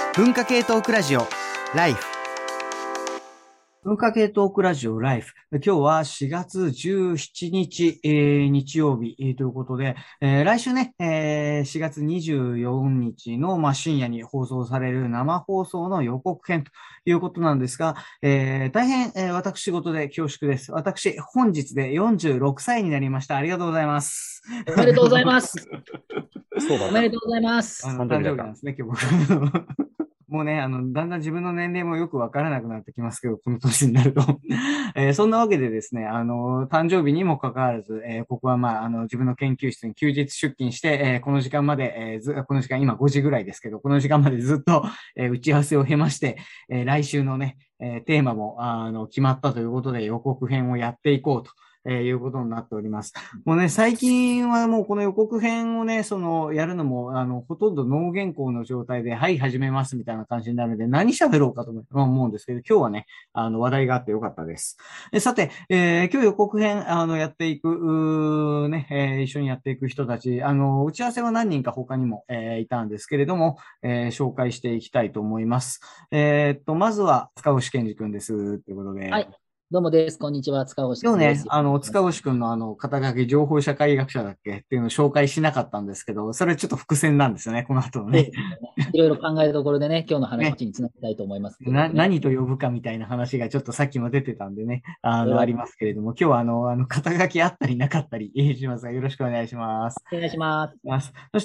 文化系トークラジオライフ。文化系トークラジオライフ。今日は4月17日、日曜日、ということで、来週ね、4月24日の、深夜に放送される生放送の予告編ということなんですが、大変、私事で恐縮です。私、本日で46歳になりました。ありがとうございます。 おめでとうございます。 そうだおめでとうございます。 誕生日なんですね、今日僕。もうね、だんだん自分の年齢もよくわからなくなってきますけど、この年になると。そんなわけでですね、誕生日にもかかわらず、ここは自分の研究室に休日出勤して、この時間まで、この時間今5時ぐらいですけど、この時間までずっと、打ち合わせを経まして、来週のね、テーマも、決まったということで予告編をやっていこうと。いうことになっております。もうね、最近はもうこの予告編をね、やるのも、ほとんど脳原稿の状態で、はい、始めますみたいな感じになるので、何喋ろうかと思うんですけど、今日はね、話題があってよかったです。さて、今日予告編、やっていく、ね、一緒にやっていく人たち、打ち合わせは何人か他にも、いたんですけれども、紹介していきたいと思います。まずは、塚越健二君です。ということで。 はい。どうもです。こんにちは。塚越今日ね、 です。 塚越くんの肩書き情報社会学者だっけっていうのを紹介しなかったんですけど、それちょっと伏線なんですよね、この後のね。 そうですね。いろいろ考えるところでね、今日の話ね。 につなげたいと思いますけれどもね。 何と呼ぶかみたいな話がちょっとさっきも出てたんでね、ありますけれども、今日は肩書きあったりなかったりしますが、よろしくお願いします。 お願いします。 そして、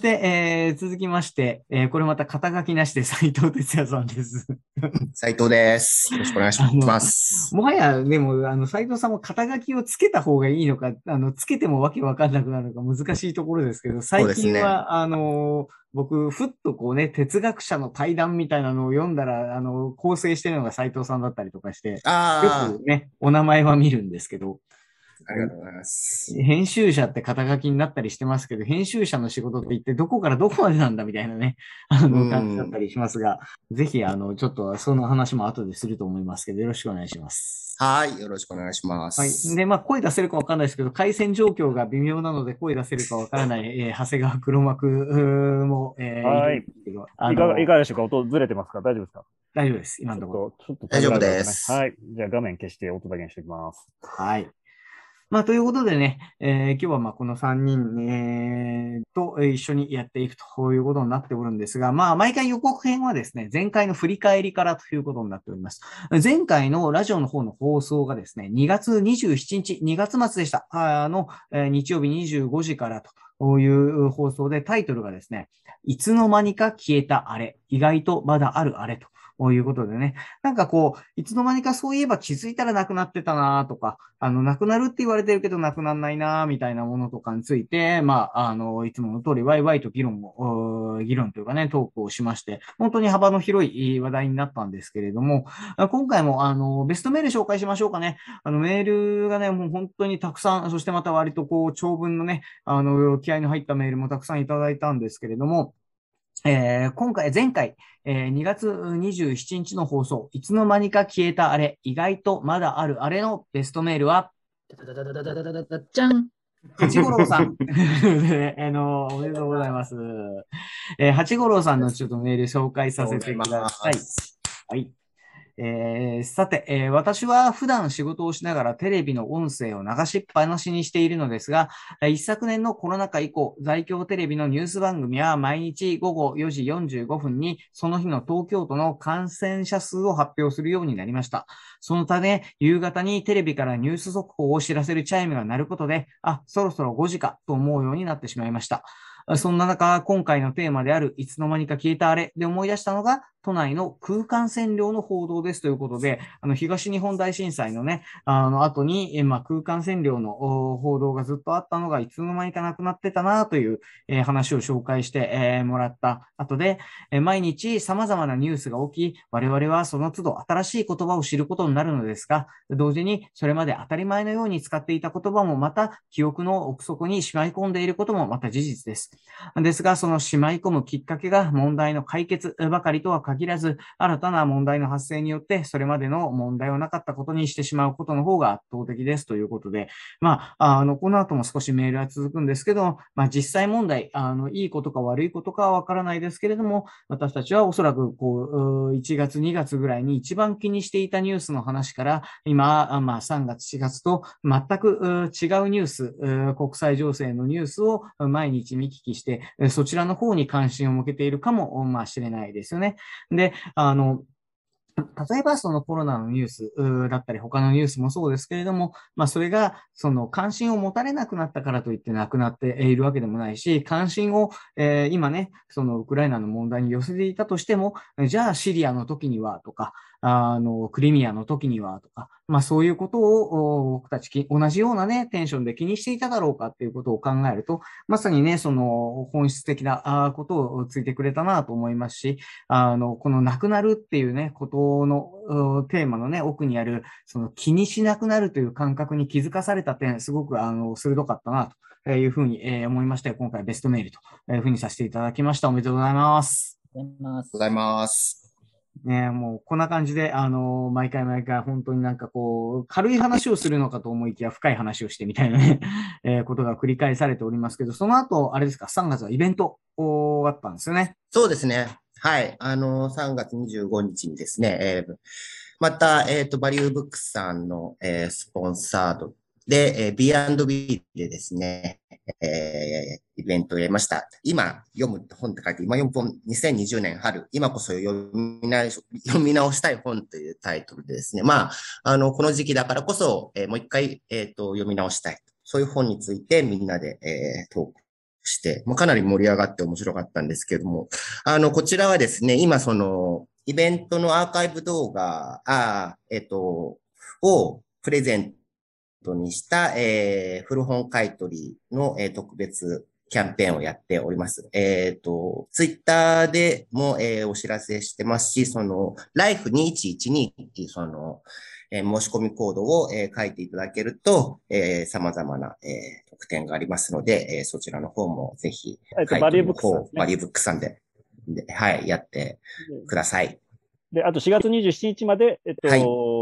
続きまして、これまた肩書きなしで斉藤哲也さんです。 斉藤です。よろしくお願いします。 もはや、でも、斉藤さんも肩書きをつけた方がいいのか、つけてもわけわかんなくなるのか難しいところですけど、最近は、僕、ふっとこうね、哲学者の対談みたいなのを読んだら、構成してるのが斉藤さんだったりとかして、よくね、お名前は見るんですけど、 ありがとうございます。 編集者って肩書きになったりしてますけど、編集者の仕事って一体どこからどこまでなんだみたいなね、感じだったりしますが、ぜひ、ちょっとその話も後ですると思いますけど、よろしくお願いします。 はい、よろしくお願いします。 はい。で、声出せるかわかんないですけど、回線状況が微妙なので声出せるかわからない、長谷川黒幕も、 はい。いかがでしょうか？音ずれてますか？大丈夫ですか？ 大丈夫です。今のところ。 ちょっと大丈夫です。 はい。じゃあ画面消して音だけにしておきます。 はい。ということでね、今日はこの3人、と一緒にやっていくということになっておるんですが、毎回予告編はですね、前回の振り返りからということになっております。前回のラジオの方の放送がですね、2月27日、2月末でした。日曜日25時からという放送でタイトルがですね、いつの間にか消えたあれ、意外とまだあるあれということでね、いつの間にかそういえば気づいたらなくなってたなとか、なくなるって言われてるけどなくならないなみたいなものとかについて、いつもの通りワイワイと議論というかね、トークをしまして、本当に幅の広い話題になったんですけれども、今回もベストメール紹介しましょうかね。メールがね、もう本当にたくさん、そしてまた割と長文のね、気合の入ったメールもたくさんいただいたんですけれども、前回、2月27日の放送、いつの間にか消えたあれ、意外とまだあるあれのベストメールは、 じゃん八五郎さん。おめでとうございます。八五郎さんのちょっとメール紹介させてください。はい。さて、私は普段仕事をしながらテレビの音声を流しっぱなしにしているのですが、一昨年のコロナ禍以降、在京テレビのニュース番組は毎日午後4時45分にその日の東京都の感染者数を発表するようになりました。そのため、夕方にテレビからニュース速報を知らせるチャイムが鳴ることで、そろそろ5時かと思うようになってしまいました。そんな中、今回のテーマであるいつの間にか消えたあれで思い出したのが、都内の空間線量の報道ですということで、東日本大震災のね、後に、空間線量の報道がずっとあったのが、いつの間にかなくなってたなという、話を紹介して、もらった後で、毎日様々なニュースが起き、我々はその都度新しい言葉を知ることになるのですが、同時にそれまで当たり前のように使っていた言葉もまた記憶の奥底にしまい込んでいることもまた事実です。ですが、そのしまい込むきっかけが問題の解決ばかりとは限限らず、新たな問題の発生によって、それまでの問題をなかったことにしてしまうことの方が圧倒的ですということで、この後も少しメールは続くんですけど、実際問題、いいことか悪いことかはわからないですけれども、私たちはおそらく1月、2月ぐらいに一番気にしていたニュースの話から、今、3月、4月と全く違うニュース、国際情勢のニュースを毎日見聞きして、そちらの方に関心を向けているかもしれないですよね。で、例えばそのコロナのニュースだったり他のニュースもそうですけれども、それがその関心を持たれなくなったからといってなくなっているわけでもないし、関心を、今ね、そのウクライナの問題に寄せていたとしても、じゃあシリアの時にはとか、クリミアの時にはとか、そういうことを僕たち同じようなね、テンションで気にしていただろうかっていうことを考えると、まさにね、その本質的なことをついてくれたなと思いますし、このなくなるっていうね、ことのテーマのね、奥にある、その気にしなくなるという感覚に気づかされた点、すごく鋭かったなというふうに思いまして、今回ベストメールというふうにさせていただきました。おめでとうございます。 ありがとうございます。 ございます。 ね、もうこんな感じで、毎回毎回本当になんかこう、軽い話をするのかと思いきや深い話をしてみたいなね、ことが繰り返されておりますけど、その後、あれですか、3月はイベントあったんですよね。 そうですね。はい。3月25日にですね、また、バリューブックスさんの、スポンサードで、B&B でですね、イベントをやりました。今読む本って書いて、今読む本、2020年春、今こそ読み直したい本というタイトルでですね、この時期だからこそ、もう一回、読み直したい。そういう本についてみんなで、トークして、かなり盛り上がって面白かったんですけれども、こちらはですね、今その、イベントのアーカイブ動画、をプレゼントにした、古本買取の、特別キャンペーンをやっております。ツイッターでも、お知らせしてますし、その、Life2112 っていうその、申し込みコードを、書いていただけると、様々な、特典がありますので、そちらの方もぜひ、 バリューブックスさんですね。 バリューブックさんで、はい、やってください。 で、あと4月27日まで、 はい、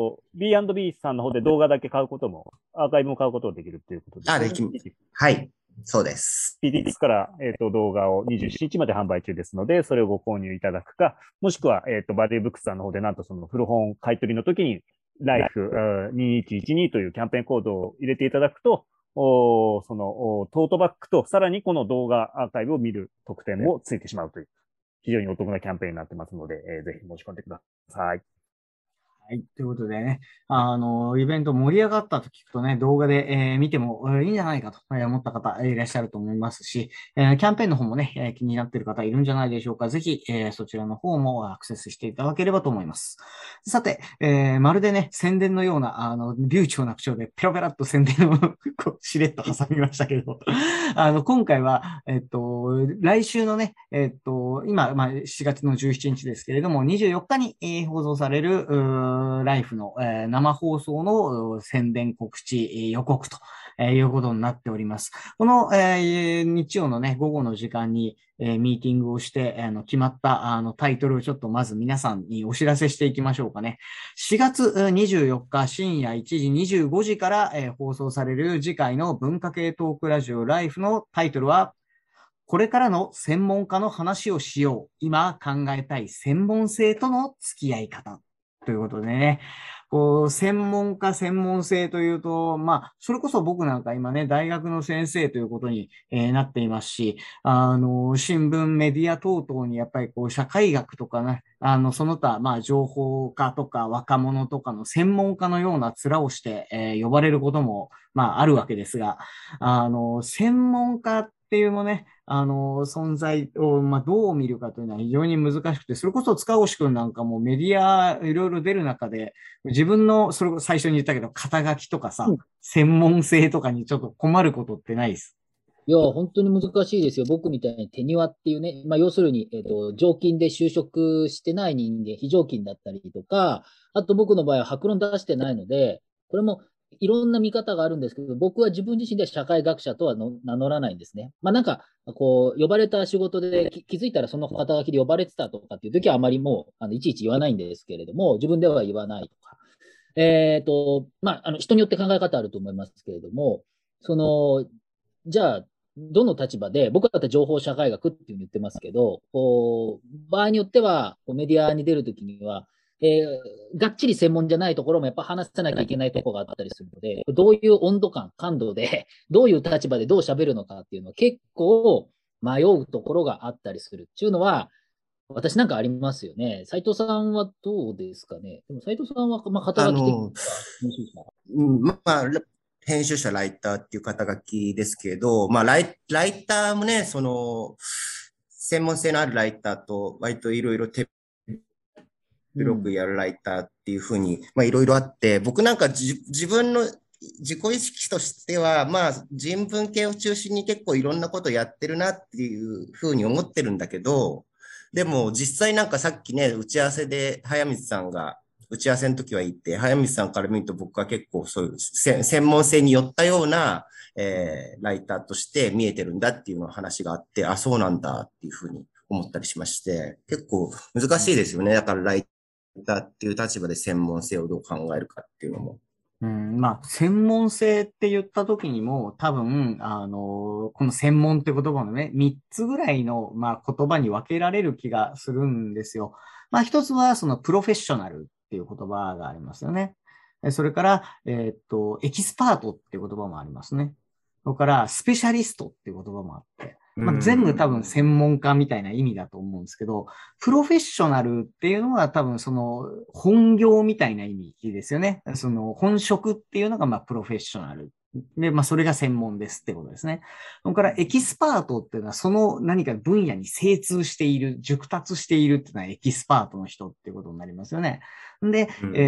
B&B さんの方で動画だけ買うことも、アーカイブも買うことができるっていうことですね。 はい、そうです。 PTX から、動画を27日まで販売中ですので、それをご購入いただくか、もしくは、バリューブックスさんの方で、なんとその古本買取の時に、Life2112 というキャンペーンコードを入れていただくと、そのトートバッグと、さらにこの動画アーカイブを見る特典もついてしまうという、非常にお得なキャンペーンになってますので、ぜひ申し込んでください。 はい。ということでね、イベント盛り上がったと聞くとね、動画で、見てもいいんじゃないかと思った方いらっしゃると思いますし、キャンペーンの方もね、気になっている方いるんじゃないでしょうか。ぜひ、そちらの方もアクセスしていただければと思います。さて、まるでね、宣伝のような、流暢な口調でペロペラっと宣伝をこうしれっと挟みましたけど、今回は、来週のね、今、4月の17日ですけれども、24日に、放送される、ライフの、生放送の宣伝告知予告ということになっております。この、日曜のね、午後の時間に、ミーティングをして、決まったタイトルをちょっとまず皆さんにお知らせしていきましょうかね。4月24日深夜1時25時から、放送される次回の文化系トークラジオライフのタイトルは、これからの専門家の話をしよう。今考えたい専門性との付き合い方。ということでね、こう、専門家、専門性というと、それこそ僕なんか今ね、大学の先生ということに、なっていますし、新聞、メディア等々にやっぱりこう、社会学とかね、その他、情報家とか若者とかの専門家のような面をして、呼ばれることも、あるわけですが、専門家っていうのね、存在を、どう見るかというのは非常に難しくて、それこそ塚越くんなんかもメディアいろいろ出る中で、自分の、それを最初に言ったけど、肩書きとかさ、専門性とかにちょっと困ることってないです。 いや、本当に難しいですよ。僕みたいに手庭っていうね、要するに、常勤で就職してない人間、非常勤だったりとか、あと僕の場合は白論出してないので、これもいろんな見方があるんですけど、僕は自分自身では社会学者とは名乗らないんですね。まあなんか、こう、呼ばれた仕事で気づいたらその肩書きで呼ばれてたとかっていう時はあまりもう、いちいち言わないんですけれども、自分では言わないとか。まあ、人によって考え方あると思いますけれども、その、じゃあ、どの立場で、僕だったら情報社会学っていうふうに言ってますけど、こう、場合によっては、こうメディアに出るときには、がっちり専門じゃないところもやっぱ話さなきゃいけないところがあったりするので、どういう温度感、感度で、どういう立場でどう喋るのかっていうのは結構迷うところがあったりするっていうのは、私なんかありますよね。斉藤さんはどうですかね。でも斉藤さんは、まあ、肩あ書き的にの、 は編集者。 まあ、編集者、ライターっていう肩書きですけど、まあ、ライターもね、専門性のあるライターと、割といろいろ手広くやるライターっていうふうに、まあ、いろいろあって、僕なんか自分の自己意識としては、まあ、人文系を中心に結構いろんなことやってるなっていうふうに思ってるんだけど、でも実際なんかさっきね、打ち合わせで早水さんが、打ち合わせの時は言って、早水さんから見ると僕は結構そういう専門性によったような、ライターとして見えてるんだっていうの話があって、あ、そうなんだっていうふうに思ったりしまして、結構難しいですよね。だからターっていう立場で専門性をどう考えるかっていうのも。 まあ、専門性って言った時にも、多分、この専門って言葉のね、3つぐらいの、まあ、言葉に分けられる気がするんですよ。まあ、一つは、その、プロフェッショナルっていう言葉がありますよね。それから、エキスパートっていう言葉もありますね。それから、スペシャリストっていう言葉もあって、まあ、全部多分専門家みたいな意味だと思うんですけど、プロフェッショナルっていうのは多分その本業みたいな意味ですよね。その本職っていうのがまあプロフェッショナル。で、まあそれが専門ですってことですね。それからエキスパートっていうのはその何か分野に精通している、熟達しているっていうのはエキスパートの人っていうことになりますよね。で、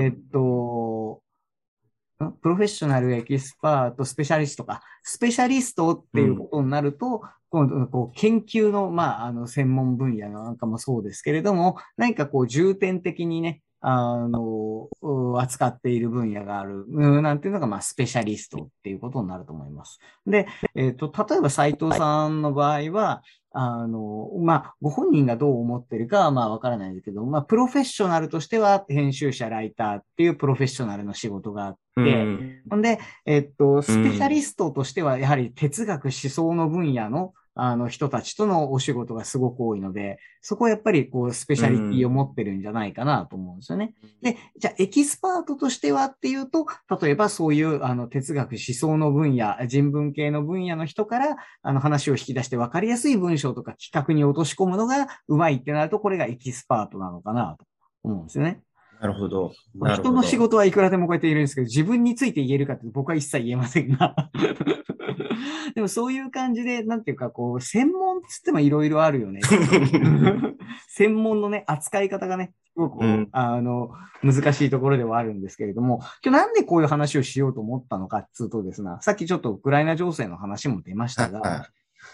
プロフェッショナル、エキスパート、スペシャリストか。スペシャリストっていうことになると、今度こう研究の、まあ、専門分野なんかもそうですけれども、何かこう重点的にね、扱っている分野がある、なんていうのが、まあ、スペシャリストっていうことになると思います。で、例えば斉藤さんの場合は、まあ、ご本人がどう思ってるかは、まあ、わからないですけど、まあ、プロフェッショナルとしては、編集者、ライターっていうプロフェッショナルの仕事があって、ほんで、スペシャリストとしては、やはり哲学思想の分野の、人たちとのお仕事がすごく多いので、そこはやっぱり、こう、スペシャリティを持ってるんじゃないかなと思うんですよね。で、じゃあ、エキスパートとしてはっていうと、例えばそういう、哲学思想の分野、人文系の分野の人から、話を引き出して分かりやすい文章とか企画に落とし込むのがうまいってなると、これがエキスパートなのかなと思うんですよね。 なるほど。 人の仕事はいくらでもこうやって言えるんですけど、自分について言えるかって僕は一切言えませんが。でもそういう感じで、なんていうか、こう、専門って言ってもいろいろあるよね。専門のね、扱い方がね、すごく、難しいところではあるんですけれども、今日なんでこういう話をしようと思ったのかっつうとですね、さっきちょっとウクライナ情勢の話も出ましたが、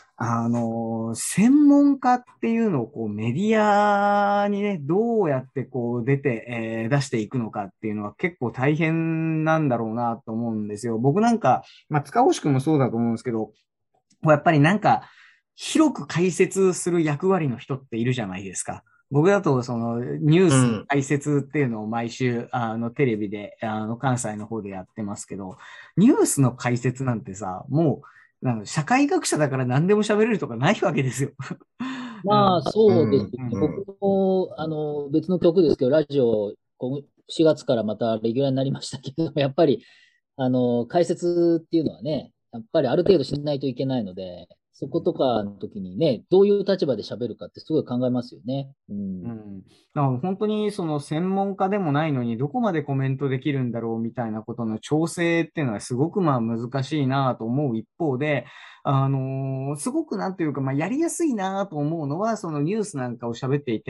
専門家っていうのをこうメディアにね、どうやってこう出していくのかっていうのは結構大変なんだろうなと思うんですよ。僕なんか、まあ、塚越くんもそうだと思うんですけど、やっぱりなんか、広く解説する役割の人っているじゃないですか。僕だと、その、ニュース解説っていうのを毎週、テレビで、関西の方でやってますけど、ニュースの解説なんてさ、もう、社会学者だから何でも喋れるとかないわけですよ。 まあ、そうですね。僕も、別の曲ですけど、ラジオ、4月からまたレギュラーになりましたけど、やっぱり、解説っていうのはね、やっぱりある程度しないといけないので、そことかの時にね、どういう立場で喋るかってすごい考えますよね。 だから本当にその専門家でもないのにどこまでコメントできるんだろうみたいなことの調整っていうのはすごくまあ難しいなと思う一方で、すごくなんていうかまあやりやすいなと思うのはそのニュースなんかを喋っていても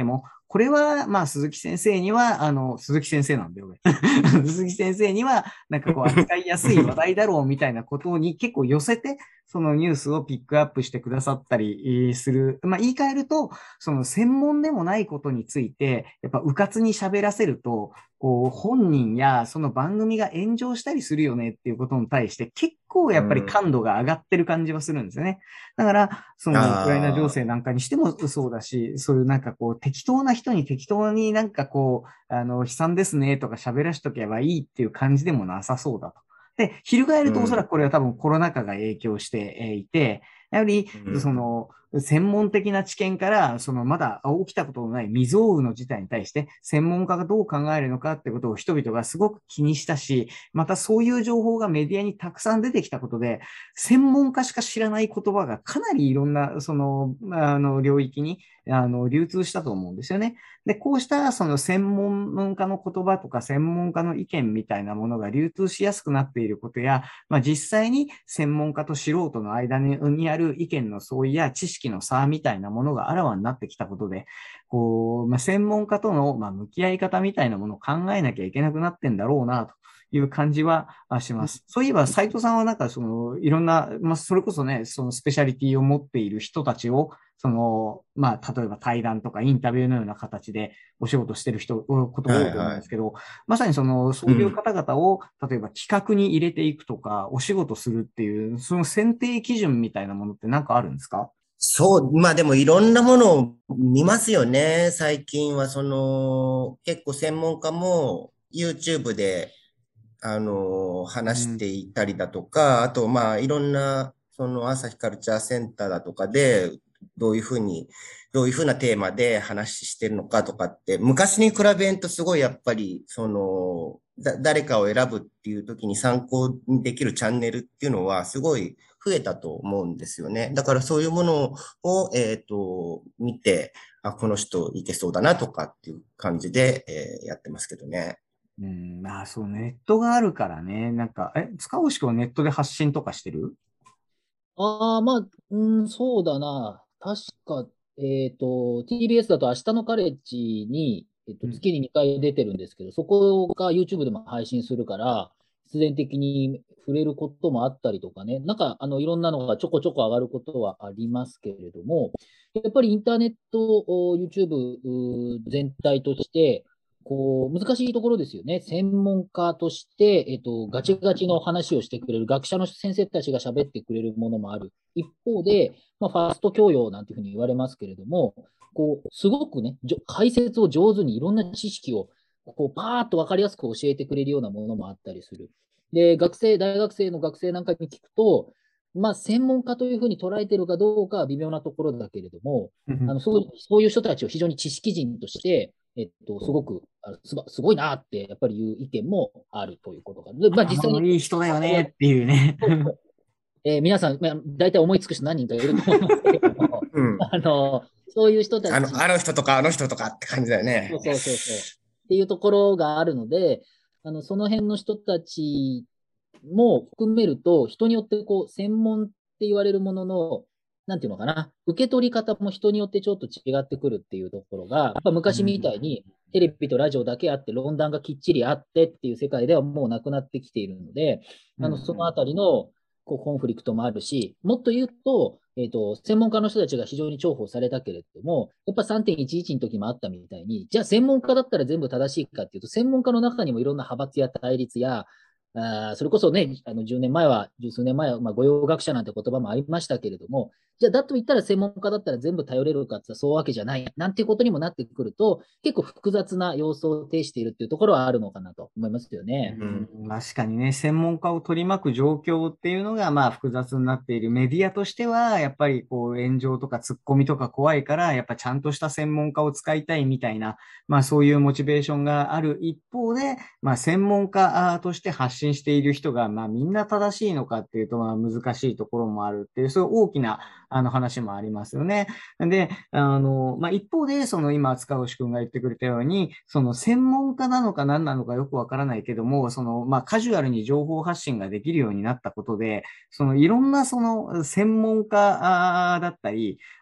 これは、まあ、鈴木先生には、鈴木先生なんだよ、俺。鈴木先生には、なんかこう、扱いやすい話題だろうみたいなことに結構寄せて、そのニュースをピックアップしてくださったりする。まあ、言い換えると、その専門でもないことについて、やっぱ迂闊に喋らせると、こう、本人やその番組が炎上したりするよねっていうことに対して、結構やっぱり感度が上がってる感じはするんですよね。だから、そのウクライナ情勢なんかにしてもそうだし、そういうなんかこう、適当な人に適当になんかこう、悲惨ですねとか喋らしとけばいいっていう感じでもなさそうだと。で、翻るとおそらくこれは多分コロナ禍が影響していて、やはり、その、専門的な知見から、そのまだ起きたことのない未曾有の事態に対して、専門家がどう考えるのかってことを人々がすごく気にしたし、またそういう情報がメディアにたくさん出てきたことで、専門家しか知らない言葉がかなりいろんな、その、領域に、流通したと思うんですよね。で、こうしたその専門家の言葉とか専門家の意見みたいなものが流通しやすくなっていることや、まあ、実際に専門家と素人の間にある意見の相違や知識の差みたいなものがあらわになってきたことで、こう、まあ、専門家との、まあ、向き合い方みたいなものを考えなきゃいけなくなってんだろうなと。いう感じはします。そういえば、斉藤さんはなんか、その、いろんな、まあ、それこそね、そのスペシャリティを持っている人たちを、その、まあ、例えば対談とかインタビューのような形でお仕事してることが多いと思うんですけど、まさにその、そういう方々を、例えば企画に入れていくとか、お仕事するっていう、その選定基準みたいなものって何かあるんですか？ そう、まあでもいろんなものを見ますよね。最近は結構専門家も YouTube で、話してうん。 いたりだとか、あとまあいろんな、朝日カルチャーセンターだとかで、どういうふうに、どういうふうなテーマで話してるのかとかって、昔に比べんとすごいやっぱり、誰かを選ぶっていう時に参考にできるチャンネルっていうのはすごい増えたと思うんですよね。だからそういうものを、見て、あ、この人いけそうだなとかっていう感じで、やってますけどね。 うん、まあ、そう、ネットがあるからね。なんか、塚越くんはネットで発信とかしてる？ ああ、まあ、そうだな。確か、TBS だと明日のカレッジに、 うん。 月に2回出てるんですけど、そこが YouTube でも配信するから、必然的に触れることもあったりとかね、なんか、いろんなのがちょこちょこ上がることはありますけれども、やっぱりインターネット、YouTube 全体として、こう、難しいところですよね。専門家として、ガチガチの話をしてくれる、学者の先生たちが喋ってくれるものもある。一方で、まあ、ファースト教養なんていうふうに言われますけれども、こう、すごくね、解説を上手にいろんな知識を、こう、パーッとわかりやすく教えてくれるようなものもあったりする。で、大学生の学生なんかに聞くと、まあ、専門家というふうに捉えているかどうかは微妙なところだけれども、そういう人たちを非常に知識人として、すごくすごいなって、やっぱりいう意見もあるということが。で、まあ、実際に、 いい人だよねっていうね。 皆さん、まあ、大体思いつく人何人かいると思いますけれども、 うん。 そういう人たち、 あの人とかあの人とかって感じだよね。 そう。っていうところがあるので、その辺の人たちも含めると、人によってこう、専門って言われるものの、なんていうのかな、受け取り方も人によってちょっと違ってくるっていうところが、やっぱ昔みたいにテレビとラジオだけあって、論壇がきっちりあってっていう世界ではもうなくなってきているので、そのあたりのこうコンフリクトもあるし、もっと言うと、専門家の人たちが非常に重宝されたけれども、やっぱ3.11の時もあったみたいに、じゃあ専門家だったら全部正しいかっていうと、専門家の中にもいろんな派閥や対立や、それこそね、10年前は、十数年前は、まあ、御用学者なんて言葉もありましたけれども、じゃあ、だと言ったら専門家だったら全部頼れるかってそういうわけじゃない、なんていうことにもなってくると、結構複雑な様相を呈しているっていうところはあるのかなと思いますよね。 うん。 確かにね、専門家を取り巻く状況っていうのが、まあ複雑になっている。メディアとしては、やっぱりこう炎上とかツッコミとか怖いから、やっぱちゃんとした専門家を使いたいみたいな、まあそういうモチベーションがある一方で、まあ専門家として発信している人が、まあみんな正しいのかっていうと、まあ難しいところもあるっていう、そういう大きな話もありますよね。で、まあ一方で、その今、塚越くんが言ってくれたように、その専門家なのか何なのかよくわからないけども、その、まあカジュアルに情報発信ができるようになったことで、そのいろんなその専門家だったり、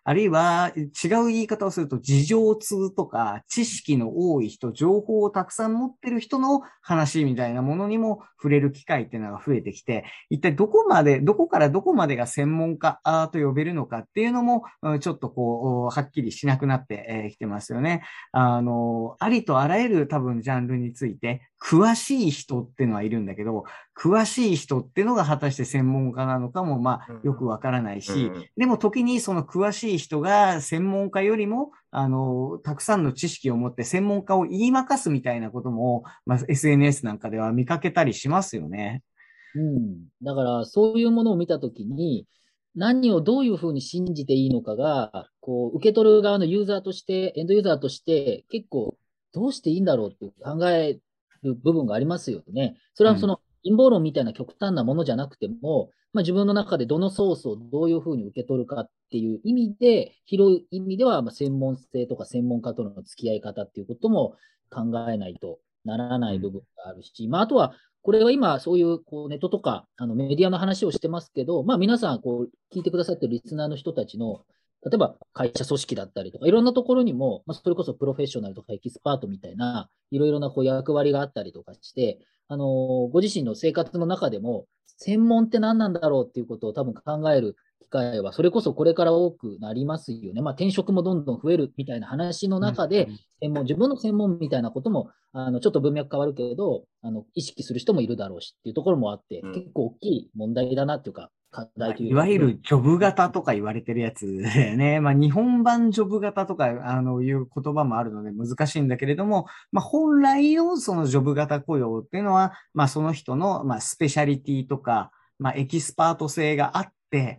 あるいは違う言い方をすると事情通とか知識の多い人、情報をたくさん持ってる人の話みたいなものにも触れる機会っていうのが増えてきて、一体どこからどこまでが専門家と呼べるのかっていうのも、ちょっとこう、はっきりしなくなってきてますよね。ありとあらゆる多分ジャンルについて、詳しい人っていうのはいるんだけど、詳しい人っていうのが果たして専門家なのかも、まあ、よくわからないし、でも時にその詳しい人が専門家よりも、たくさんの知識を持って専門家を言いまかすみたいなことも、まあ、SNS なんかでは見かけたりしますよね。 うん。だから、そういうものを見たときに、何をどういうふうに信じていいのかが、こう、受け取る側のユーザーとして、エンドユーザーとして、結構、どうしていいんだろうって考える部分がありますよね。それはその、陰謀論みたいな極端なものじゃなくても、まあ、自分の中でどのソースをどういうふうに受け取るかっていう意味で、広い意味では、まあ、専門性とか専門家との付き合い方っていうことも考えないとならない部分があるし、まあ、あとは、これは今、そういうこうネットとかメディアの話をしてますけど、まあ、皆さんこう聞いてくださってるリスナーの人たちの、例えば会社組織だったりとか、いろんなところにも、まあ、それこそプロフェッショナルとかエキスパートみたいな、いろいろなこう役割があったりとかして、ご自身の生活の中でも、専門って何なんだろうっていうことを多分考える機会は、それこそこれから多くなりますよね。まあ、転職もどんどん増えるみたいな話の中で、自分の専門みたいなことも、ちょっと文脈変わるけど、意識する人もいるだろうしっていうところもあって、結構大きい問題だなっていうか、課題というか。 いわゆるジョブ型とか言われてるやつだよね。まあ、日本版ジョブ型とか、いう言葉もあるので難しいんだけれども、まあ、本来のそのジョブ型雇用っていうのは、まあ、その人の、まあ、スペシャリティとか、まあ、エキスパート性があって、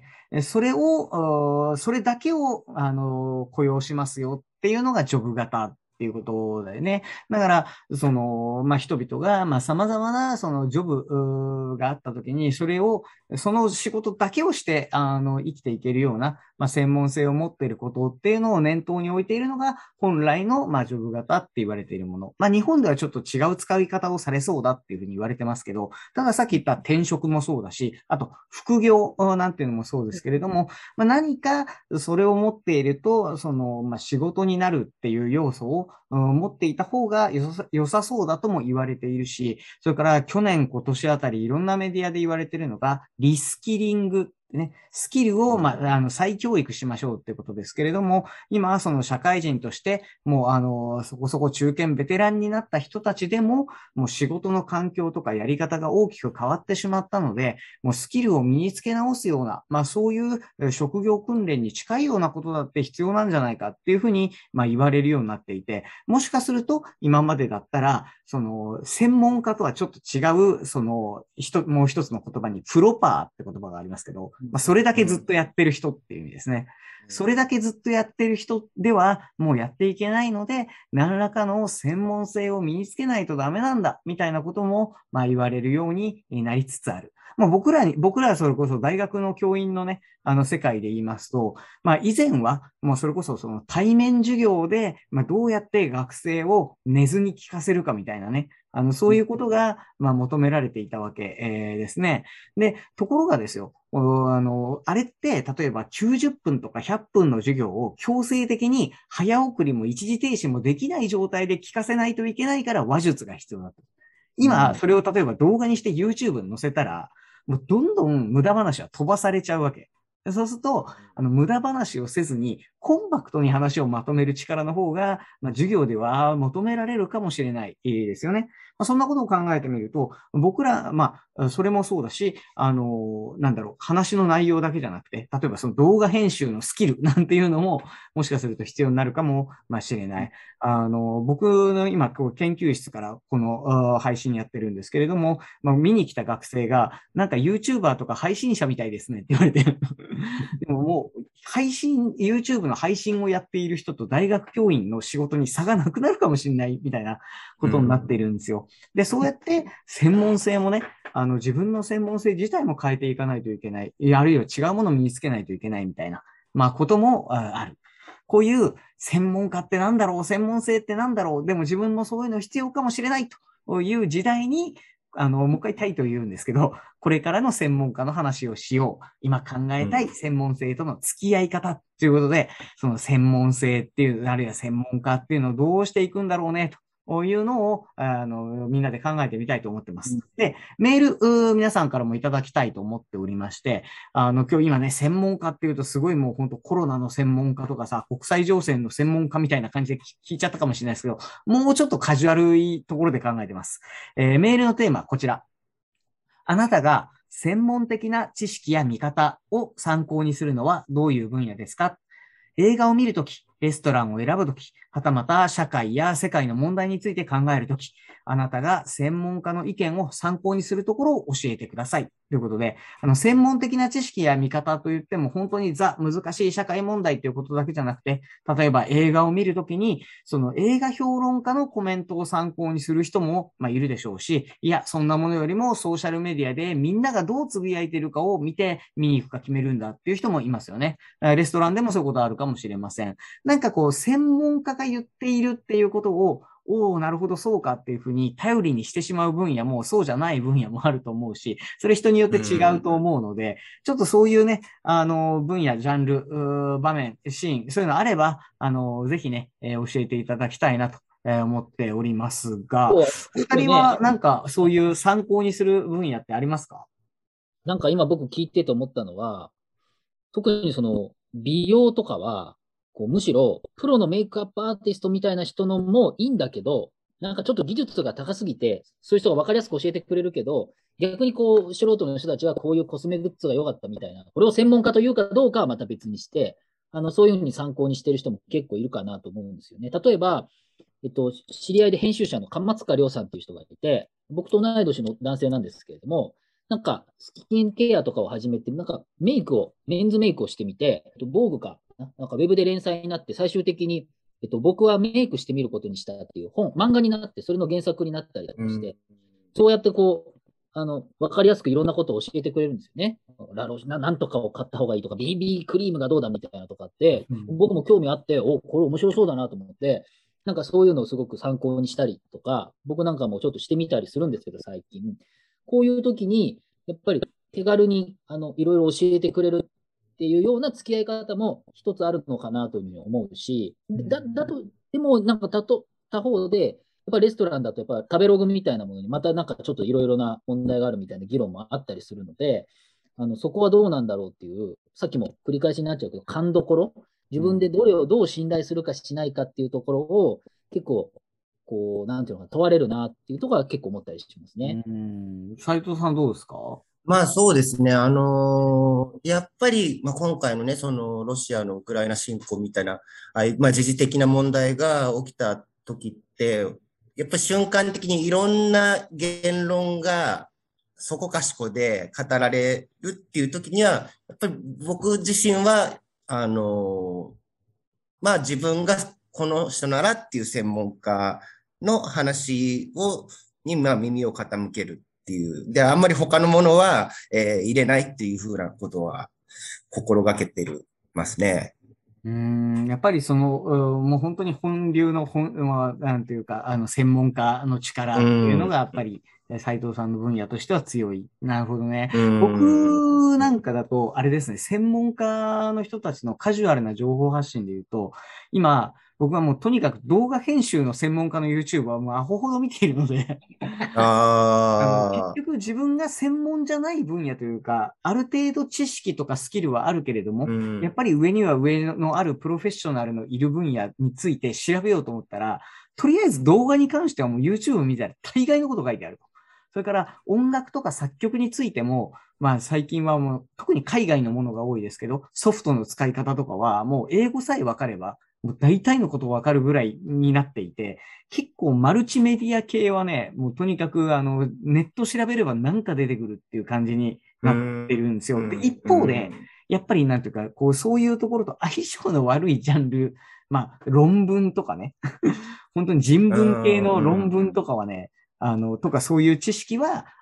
それだけを、雇用しますよっていうのがジョブ型っていうことだよね。だから、まあ、人々が、まあ、様々な、その、ジョブがあったときに、その仕事だけをして、生きていけるような、まあ、専門性を持っていることっていうのを念頭に置いているのが、本来の、まあ、ジョブ型って言われているもの。まあ、日本ではちょっと違う使い方をされそうだっていうふうに言われてますけど、たださっき言った転職もそうだし、あと、副業なんていうのもそうですけれども、まあ、何かそれを持っていると、まあ、仕事になるっていう要素を持っていた方が良さそうだとも言われているし、それから去年、今年あたりいろんなメディアで言われているのが、リスキリング。ね、スキルを、まあ、再教育しましょうってことですけれども、今はその社会人として、もう、そこそこ中堅ベテランになった人たちでも、もう仕事の環境とかやり方が大きく変わってしまったので、もうスキルを身につけ直すような、まあそういう職業訓練に近いようなことだって必要なんじゃないかっていうふうに、まあ言われるようになっていて、もしかすると今までだったら、専門家とはちょっと違う、もう一つの言葉にプロパーって言葉がありますけど、まあそれだけずっとやってる人っていう意味ですね。それだけずっとやってる人ではもうやっていけないので、何らかの専門性を身につけないとダメなんだ、みたいなことも、まあ言われるようになりつつある。まあ僕らはそれこそ大学の教員のね、世界で言いますと、まあ以前は、もうそれこそその対面授業で、まあどうやって学生を寝ずに聞かせるかみたいなね、そういうことが、まあ求められていたわけ、ですね。で、ところがですよ、あれって、例えば90分とか100分の授業を強制的に早送りも一時停止もできない状態で聞かせないといけないから話術が必要だと。今、それを例えば動画にして YouTube に載せたら、もうどんどん無駄話は飛ばされちゃうわけ。そうすると、無駄話をせずに、コンパクトに話をまとめる力の方が、まあ、授業では求められるかもしれないですよね。まあ、そんなことを考えてみると、僕ら、まあ、それもそうだし、話の内容だけじゃなくて、例えばその動画編集のスキルなんていうのも、もしかすると必要になるかもしれない。僕の今、研究室からこの配信やってるんですけれども、まあ、見に来た学生が、なんか YouTuber とか配信者みたいですねって言われて、でももう、YouTube の配信をやっている人と大学教員の仕事に差がなくなるかもしれないみたいなことになっているんですよ。で、そうやって専門性もね、自分の専門性自体も変えていかないといけない。あるいは違うものを身につけないといけないみたいな、まあ、こともある。こういう専門家ってなんだろう、専門性ってなんだろう、でも自分もそういうの必要かもしれないという時代に、 もう一回タイトル言うんですけど、これからの専門家の話をしよう。今考えたい専門性との付き合い方ということで、その専門性っていう、あるいは専門家っていうのをどうしていくんだろうね、というのを、みんなで考えてみたいと思ってます。で、メール、皆さんからもいただきたいと思っておりまして、今日今ね、専門家っていうとすごいもう本当コロナの専門家とかさ、国際情勢の専門家みたいな感じで聞いちゃったかもしれないですけど、もうちょっとカジュアルいところで考えてます。メールのテーマ、こちら。あなたが専門的な知識や見方を参考にするのはどういう分野ですか？映画を見るとき、レストランを選ぶとき、はたまた社会や世界の問題について考えるとき、あなたが専門家の意見を参考にするところを教えてください。ということで、専門的な知識や見方といっても本当に難しい社会問題ということだけじゃなくて、例えば映画を見るときに、その映画評論家のコメントを参考にする人も、いるでしょうし、いや、そんなものよりもソーシャルメディアでみんながどうつぶやいているかを見て見に行くか決めるんだっていう人もいますよね。レストランでもそういうことあるかもしれません。なんかこう、専門家が言っているっていうことを、おお、なるほど、そうかっていうふうに頼りにしてしまう分野も、そうじゃない分野もあると思うし、それ人によって違うと思うので、ちょっとそういうね、分野、ジャンル、場面、シーン、そういうのあれば、ぜひね、教えていただきたいなと。思っておりますが、お二人はなんかそういう参考にする分野ってありますか？ なんか今僕聞いてて思ったのは、特にその美容とかは、むしろプロのメイクアップアーティストみたいな人のもいいんだけど、なんかちょっと技術が高すぎて、そういう人が分かりやすく教えてくれるけど、逆に素人の人たちはこういうコスメグッズが良かったみたいな、これを専門家というかどうかはまた別にして、そういうふうに参考にしてる人も結構いるかなと思うんですよね。例えば、知り合いで編集者の鎌塚亮さんっていう人がいて、僕と同い年の男性なんですけれども、なんか、スキンケアとかを始めて、なんか、メンズメイクをしてみて、防具かなんかウェブで連載になって、最終的に、僕はメイクしてみることにしたっていう漫画になって、それの原作になったりとかして、そうやってわかりやすくいろんなことを教えてくれるんですよね。なんとかを買った方がいいとか、BB クリームがどうだみたいなとかって、僕も興味あって、これ面白そうだなと思って、なんかそういうのをすごく参考にしたりとか、僕なんかもちょっとしてみたりするんですけど、最近。こういう時に、やっぱり手軽にいろいろ教えてくれるっていうような付き合い方も一つあるのかなというふうに思うし、でもなんか他方で、やっぱりレストランだとやっぱ食べログみたいなものにまたなんかちょっといろいろな問題があるみたいな議論もあったりするので、そこはどうなんだろうっていう、さっきも繰り返しになっちゃうけど、勘どころ、自分でどれをどう信頼するかしないかっていうところを結構、なんていうのか問われるなっていうところは結構思ったりしますね。 斉藤さんどうですか？ まあそうですね。やっぱり、まあ今回のね、そのロシアのウクライナ侵攻みたいな、まあ時事的な問題が起きた時って、やっぱり瞬間的にいろんな言論がそこかしこで語られるっていう時には、やっぱり僕自身は、まあ自分がこの人ならっていう専門家の話にまあ耳を傾けるっていう。で、あんまり他のものは、入れないっていうふうなことは心がけてますね。 やっぱりもう本当に本流のまあ、なんていうか、専門家の力っていうのが、やっぱり、斉藤さんの分野としては強い。なるほどね。僕なんかだと、あれですね、専門家の人たちのカジュアルな情報発信で言うと、今、僕はもうとにかく動画編集の専門家の YouTube はもうアホほど見ているので結局自分が専門じゃない分野というか、ある程度知識とかスキルはあるけれども、やっぱり上には上のあるプロフェッショナルのいる分野について調べようと思ったら、とりあえず動画に関してはもう YouTube 見たら大概のこと書いてあると。それから音楽とか作曲についても、まあ最近はもう特に海外のものが多いですけど、ソフトの使い方とかはもう英語さえ分かれば、もう大体のこと分かるぐらいになっていて、結構マルチメディア系はね、もうとにかくネット調べれば何か出てくるっていう感じになってるんですよ。で、一方で、やっぱりなんていうか、そういうところと相性の悪いジャンル、まあ論文とかね、本当に人文系の論文とかはね、とかそういう知識は、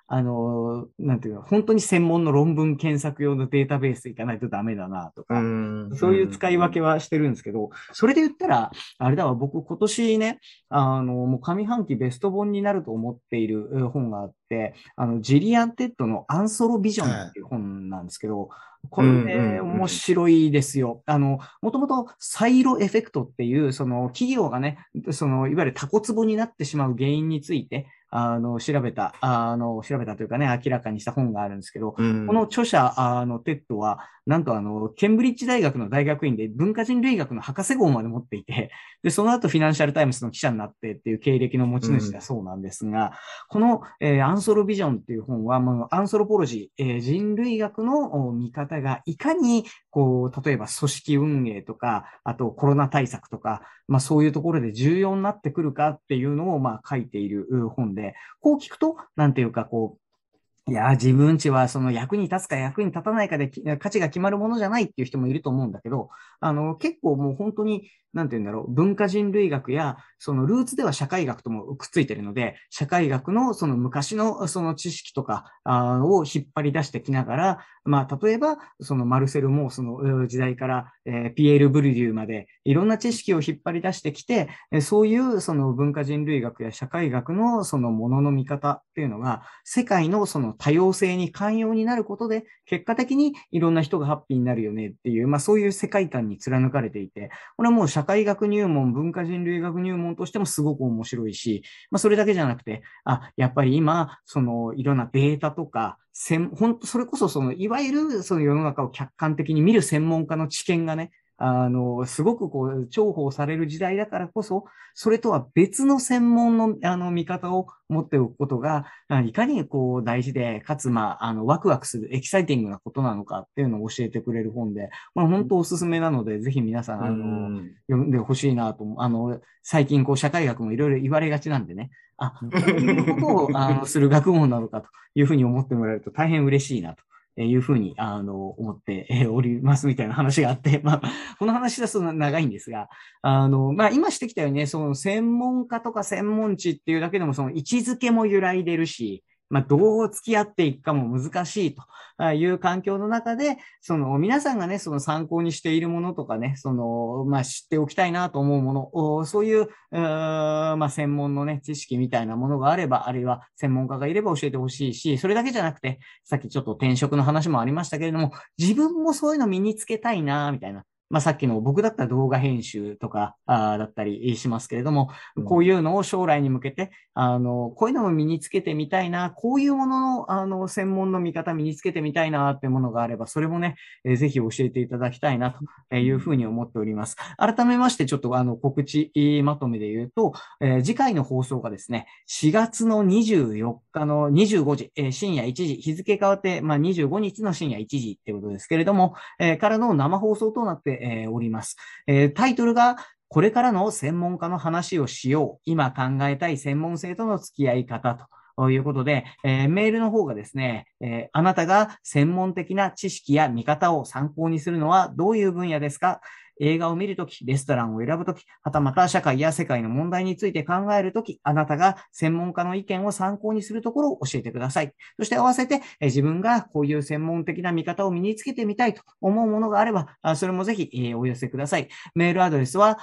なんていうの、本当に専門の論文検索用のデータベース行かないとダメだなとか、そういう使い分けはしてるんですけど、それで言ったら、あれだわ、僕今年ね、もう上半期ベスト本になると思っている本があって、ジリアン・テッドのアンソロビジョンっていう本なんですけど、これね、面白いですよ。もともとサイロエフェクトっていう、その企業がね、いわゆるタコツボになってしまう原因について、調べたというかね、明らかにした本があるんですけど、この著者、テッドは、なんとケンブリッジ大学の大学院で文化人類学の博士号まで持っていて、で、その後フィナンシャルタイムズの記者になってっていう経歴の持ち主だそうなんですが、この、アンソロビジョンっていう本は、アンソロポロジー、人類学の見方がいかに、こう、例えば組織運営とか、あとコロナ対策とか、そういうところで重要になってくるかっていうのを、書いている本で、こう聞くと、なんていうか、こう、いや、自分ちはその役に立つか役に立たないかで価値が決まるものじゃないっていう人もいると思うんだけど、結構もう本当に、なんて言うんだろう、文化人類学や、そのルーツでは社会学ともくっついてるので、社会学のその昔のその知識とかを引っ張り出してきながら、例えば、そのマルセル・モースの時代から、ピエール・ブリデューまで、いろんな知識を引っ張り出してきて、そういうその文化人類学や社会学のそのものの見方っていうのが、世界のその多様性に寛容になることで、結果的にいろんな人がハッピーになるよねっていう、そういう世界観に貫かれていて、これはもう社会学入門、文化人類学入門としてもすごく面白いし、それだけじゃなくて、やっぱり今、そのいろんなデータとか、本当それこそいわゆるその世の中を客観的に見る専門家の知見がね、すごくこう、重宝される時代だからこそ、それとは別の専門の見方を持っておくことが、いかにこう、大事で、かつ、ワクワクする、エキサイティングなことなのかっていうのを教えてくれる本で、本当おすすめなので、ぜひ皆さん、読んでほしいなと、最近こう、社会学もいろいろ言われがちなんでね、こういうことをする学問なのかというふうに思ってもらえると大変嬉しいなと。いうふうに、思っておりますみたいな話があって、この話はそんな長いんですが、今してきたようにね、その専門家とか専門知っていうだけでもその位置づけも揺らいでるし、どう付き合っていくかも難しいという環境の中で、その皆さんがね、その参考にしているものとかね、知っておきたいなと思うもの、そういう、専門のね、知識みたいなものがあれば、あるいは専門家がいれば教えてほしいし、それだけじゃなくて、さっきちょっと転職の話もありましたけれども、自分もそういうの身につけたいな、みたいな。さっきの僕だったら動画編集とかだったりしますけれども、こういうのを将来に向けて、こういうのも身につけてみたいな、こういうものの、専門の見方身につけてみたいなっていうものがあれば、それもね、ぜひ教えていただきたいなというふうに思っております。改めまして、ちょっと告知まとめで言うと、次回の放送がですね、4月の24日の25時、深夜1時、日付変わって、25日の深夜1時ってことですけれども、からの生放送となっております。タイトルが、これからの専門家の話をしよう。今考えたい専門性との付き合い方ということで、メールの方がですね、あなたが専門的な知識や見方を参考にするのはどういう分野ですか？映画を見るとき、レストランを選ぶとき、はたまた社会や世界の問題について考えるとき、あなたが専門家の意見を参考にするところを教えてください。そして合わせて、自分がこういう専門的な見方を身につけてみたいと思うものがあれば、それもぜひ、お寄せください。メールアドレスは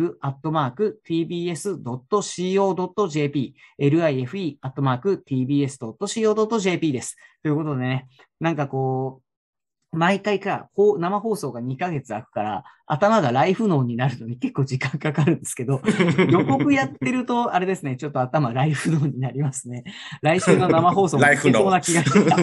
life@tbs.co.jp life@tbs.co.jp です。ということでね、なんかこう、毎回生放送が2ヶ月空くから、頭がライフ脳になるのに結構時間かかるんですけど、予告やってると、あれですね、ちょっと頭ライフ脳になりますね。来週の生放送もいけそうな気がしてきた。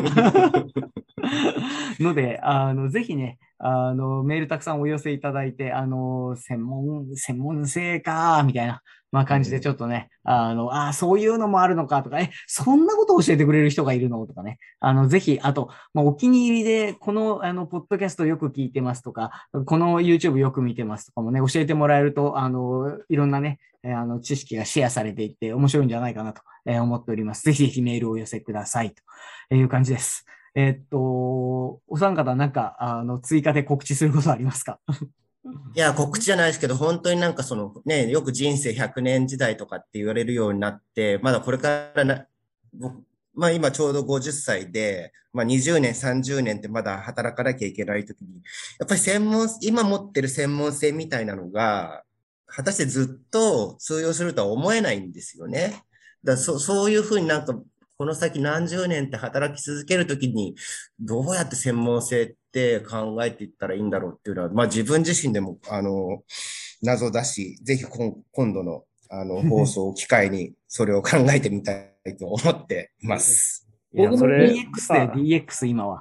ので、ぜひね、メールたくさんお寄せいただいて、専門性か、みたいな、感じでちょっとね、そういうのもあるのかとか、そんなことを教えてくれる人がいるのとかね、ぜひ、あと、お気に入りで、この、ポッドキャストよく聞いてますとか、この YouTube よく見てますとかもね、教えてもらえると、いろんなね、知識がシェアされていって面白いんじゃないかなと思っております。ぜひぜひメールをお寄せくださいという感じです。お三方なんか、追加で告知することはありますか？ いや、告知じゃないですけど、本当になんかよく人生100年時代とかって言われるようになって、まだこれからまあ今ちょうど50歳で、まあ20年、30年ってまだ働かなきゃいけないときに、やっぱり今持ってる専門性みたいなのが、果たしてずっと通用するとは思えないんですよね。そういうふうになんか、この先何十年って働き続けるときに、どうやって専門性って考えていったらいいんだろうっていうのは、まあ自分自身でも、謎だし、ぜひ今度の、放送を機会にそれを考えてみたいと思っています。 いや、 僕もそれね DX で DX 今は。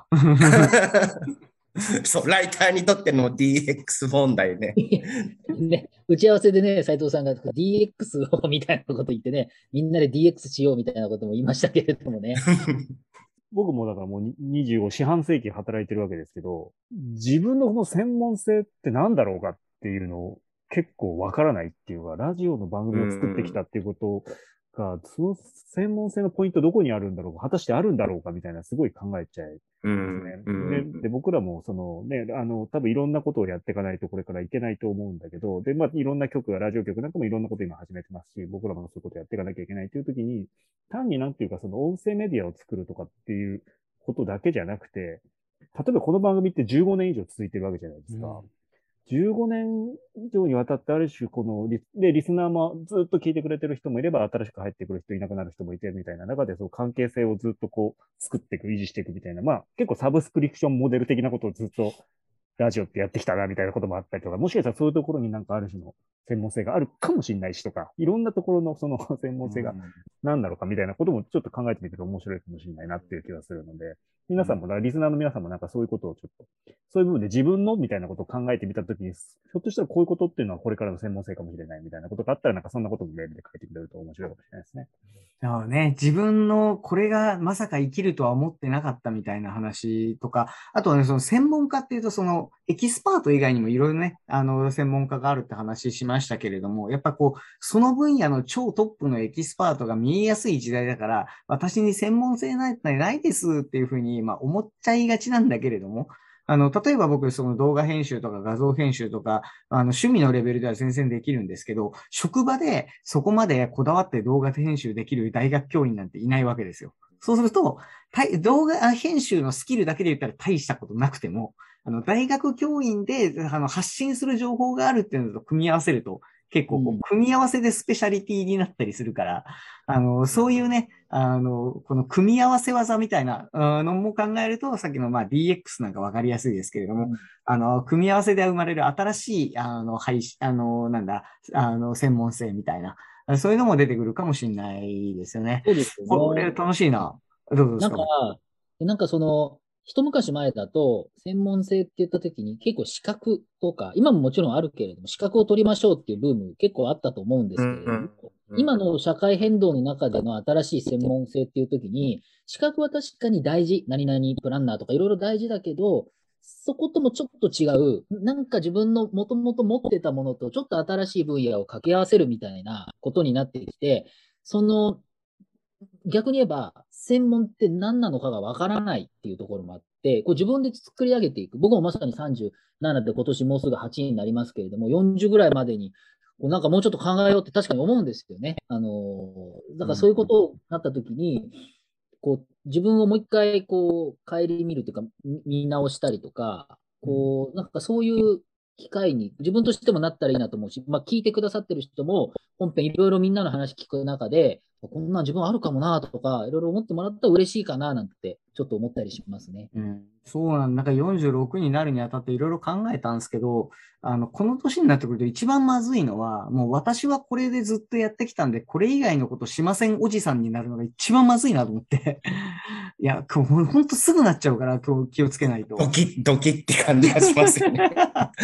そう、ライターにとっての DX 問題ね。 ね、打ち合わせでね、斉藤さんが DX をみたいなこと言ってね、みんなで DX しようみたいなことも言いましたけれどもね。 僕もだからもう25、四半世紀働いてるわけですけど、自分のこの専門性って何だろうかっていうのを結構わからないっていうか、ラジオの番組を作ってきたっていうことが、その専門性のポイントどこにあるんだろうか、果たしてあるんだろうかみたいなすごい考えちゃいますね。で、僕らもそのね、多分いろんなことをやっていかないとこれからいけないと思うんだけど、で、まあいろんな曲が、ラジオ局なんかもいろんなこと今始めてますし、僕らもそういうことやっていかなきゃいけないというときに、単になんていうかその音声メディアを作るとかっていうことだけじゃなくて、例えばこの番組って15年以上続いてるわけじゃないですか。15年以上にわたってある種このリスナーもずっと聞いてくれてる人もいれば、新しく入ってくる人いなくなる人もいてみたいな中で、その関係性をずっとこう作っていく、維持していくみたいな、まあ結構サブスクリプションモデル的なことをずっとラジオってやってきたなみたいなこともあったりとか、もしかしたらそういうところになんかある種の専門性があるかもしれないしとか、いろんなところのその専門性が何だろうかみたいなこともちょっと考えてみると面白いかもしれないなっていう気がするので、皆さんも、リスナーの皆さんもなんかそういうことをちょっと、そういう部分で自分のみたいなことを考えてみたときに、ひょっとしたらこういうことっていうのはこれからの専門性かもしれないみたいなことがあったら、なんかそんなこともメールで書いてくれると面白いかもしれないですね。 そうね、自分のこれがまさか生きるとは思ってなかったみたいな話とか、あとはね、その専門家っていうと、そのエキスパート以外にもいろいろね、専門家があるって話しましたけれども、やっぱこう、その分野の超トップのエキスパートが見えやすい時代だから、私に専門性ないですっていうふうに、まあ思っちゃいがちなんだけれども、例えば僕、その動画編集とか画像編集とか、趣味のレベルでは全然できるんですけど、職場でそこまでこだわって動画編集できる大学教員なんていないわけですよ。そうすると、動画編集のスキルだけで言ったら大したことなくても、大学教員で発信する情報があるっていうのと組み合わせると、結構こう、組み合わせでスペシャリティになったりするから、そういうね、この組み合わせ技みたいなのも考えると、さっきのまあ DX なんかわかりやすいですけれども、組み合わせで生まれる新しい、なんだ、専門性みたいな、そういうのも出てくるかもしれないですよね。 そうですよね。 これ楽しいな。どうですか？ なんかその、一昔前だと、専門性って言った時に結構資格とか、今ももちろんあるけれども、資格を取りましょうっていうブーム結構あったと思うんですけれども、今の社会変動の中での新しい専門性っていう時に、資格は確かに大事、何々プランナーとかいろいろ大事だけど、そこともちょっと違う、なんか自分のもともと持ってたものとちょっと新しい分野を掛け合わせるみたいなことになってきて、その逆に言えば、専門って何なのかがわからないっていうところもあって、こう自分で作り上げていく。僕もまさに37で今年もうすぐ8になりますけれども、40ぐらいまでに、なんかもうちょっと考えようって確かに思うんですよね。だからそういうことになった時に、こう自分をもう一回こう顧みるというか、見直したりとか、こう、なんかそういう機会に自分としてもなったらいいなと思うし、まあ聞いてくださってる人も、本編いろいろみんなの話聞く中で、こんなん自分あるかもなとか、いろいろ思ってもらったら嬉しいかななんて、ちょっと思ったりしますね。 そうなんか46になるにあたっていろいろ考えたんですけど、この年になってくると一番まずいのは、もう私はこれでずっとやってきたんで、これ以外のことしませんおじさんになるのが一番まずいなと思って。いや、ほんとすぐなっちゃうから、今日気をつけないと。 ドキって感じがしますよね。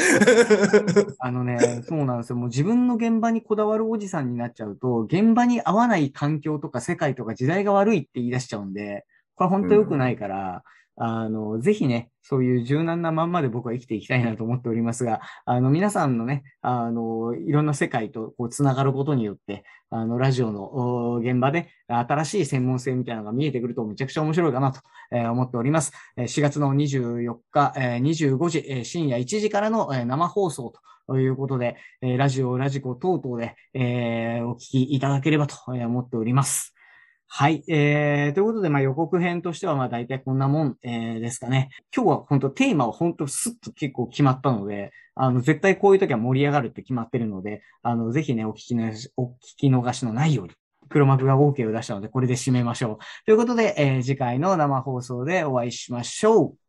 そうなんですよ。もう自分の現場にこだわるおじさんになっちゃうと、現場に合わない環境とか世界とか時代が悪いって言い出しちゃうんで、これ本当良くないから、ぜひね、そういう柔軟なまんまで僕は生きていきたいなと思っておりますが、皆さんのね、いろんな世界とこうつながることによって、ラジオの現場で新しい専門性みたいなのが見えてくるとめちゃくちゃ面白いかなと思っております。4月の24日、25時、深夜1時からの生放送ということで、ラジコ等々で、お聞きいただければと思っております。 はい。ということで、予告編としては、大体こんなもん、ですかね。今日は本当テーマは本当スッと結構決まったので、絶対こういう時は盛り上がるって決まってるので、ぜひね、お聞き逃しのないように、黒幕が OK を出したので、これで締めましょう。ということで、次回の生放送でお会いしましょう。